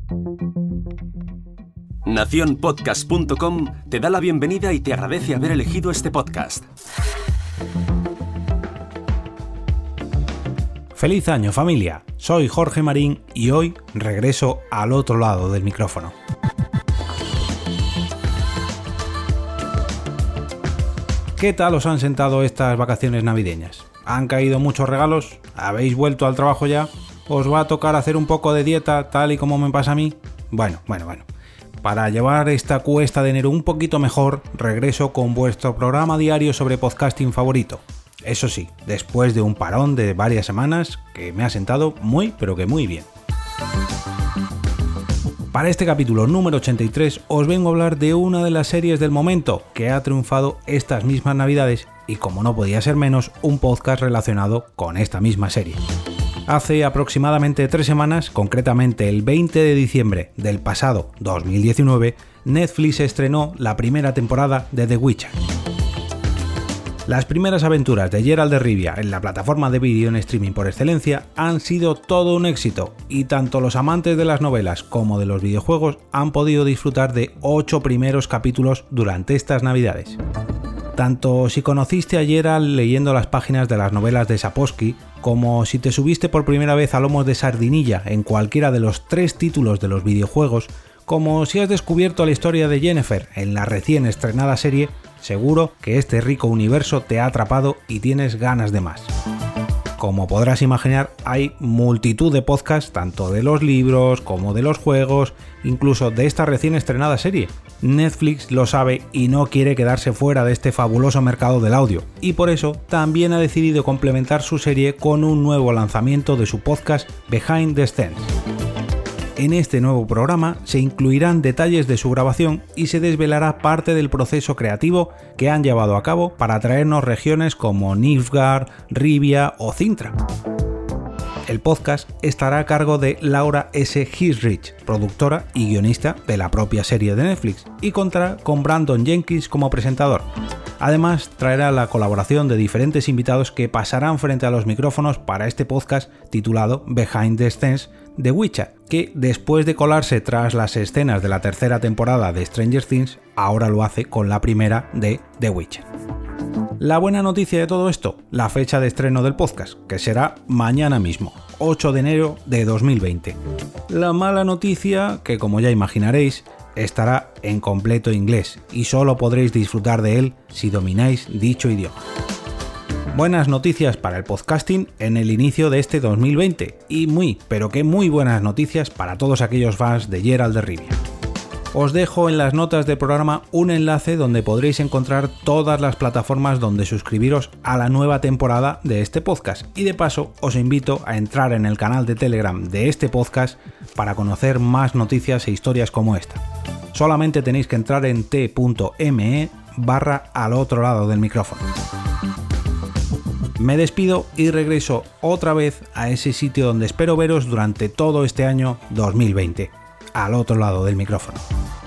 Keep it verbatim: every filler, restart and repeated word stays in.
Nación Podcast punto com te da la bienvenida y te agradece haber elegido este podcast. Feliz año, familia. Soy Jorge Marín y hoy regreso al otro lado del micrófono. ¿Qué tal os han sentado estas vacaciones navideñas? ¿Han caído muchos regalos? ¿Habéis vuelto al trabajo ya? ¿Os va a tocar hacer un poco de dieta tal y como me pasa a mí? Bueno, bueno, bueno. Para llevar esta cuesta de enero un poquito mejor, regreso con vuestro programa diario sobre podcasting favorito. Eso sí, después de un parón de varias semanas que me ha sentado muy, pero que muy bien. Para este capítulo número ochenta y tres os vengo a hablar de una de las series del momento que ha triunfado estas mismas navidades y, como no podía ser menos, un podcast relacionado con esta misma serie. Hace aproximadamente tres semanas, concretamente el veinte de diciembre del pasado dos mil diecinueve, Netflix estrenó la primera temporada de The Witcher. Las primeras aventuras de Geralt de Rivia en la plataforma de vídeo en streaming por excelencia han sido todo un éxito y tanto los amantes de las novelas como de los videojuegos han podido disfrutar de ocho primeros capítulos durante estas navidades. Tanto si conociste a Geralt leyendo las páginas de las novelas de Sapkowski, como si te subiste por primera vez a lomos de sardinilla en cualquiera de los tres títulos de los videojuegos, como si has descubierto la historia de Yennefer en la recién estrenada serie, seguro que este rico universo te ha atrapado y tienes ganas de más. Como podrás imaginar, hay multitud de podcasts, tanto de los libros como de los juegos, incluso de esta recién estrenada serie. Netflix lo sabe y no quiere quedarse fuera de este fabuloso mercado del audio, y por eso también ha decidido complementar su serie con un nuevo lanzamiento de su podcast Behind the Scenes. En este nuevo programa se incluirán detalles de su grabación y se desvelará parte del proceso creativo que han llevado a cabo para traernos regiones como Nilfgaard, Rivia o Cintra. El podcast estará a cargo de Laura S. Hilrich, productora y guionista de la propia serie de Netflix, y contará con Brandon Jenkins como presentador. Además, traerá la colaboración de diferentes invitados que pasarán frente a los micrófonos para este podcast titulado Behind the Scenes de Witcher, que después de colarse tras las escenas de la tercera temporada de Stranger Things, ahora lo hace con la primera de The Witcher. La buena noticia de todo esto, la fecha de estreno del podcast, que será mañana mismo, ocho de enero de dos mil veinte. La mala noticia, que como ya imaginaréis, estará en completo inglés y solo podréis disfrutar de él si domináis dicho idioma. Buenas noticias para el podcasting en el inicio de este dos mil veinte y muy, pero que muy buenas noticias para todos aquellos fans de Geralt de Rivia. Os dejo en las notas del programa un enlace donde podréis encontrar todas las plataformas donde suscribiros a la nueva temporada de este podcast y de paso os invito a entrar en el canal de Telegram de este podcast para conocer más noticias e historias como esta. Solamente tenéis que entrar en t.me barra al otro lado del micrófono. Me despido y regreso otra vez a ese sitio donde espero veros durante todo este año dos mil veinte, al otro lado del micrófono.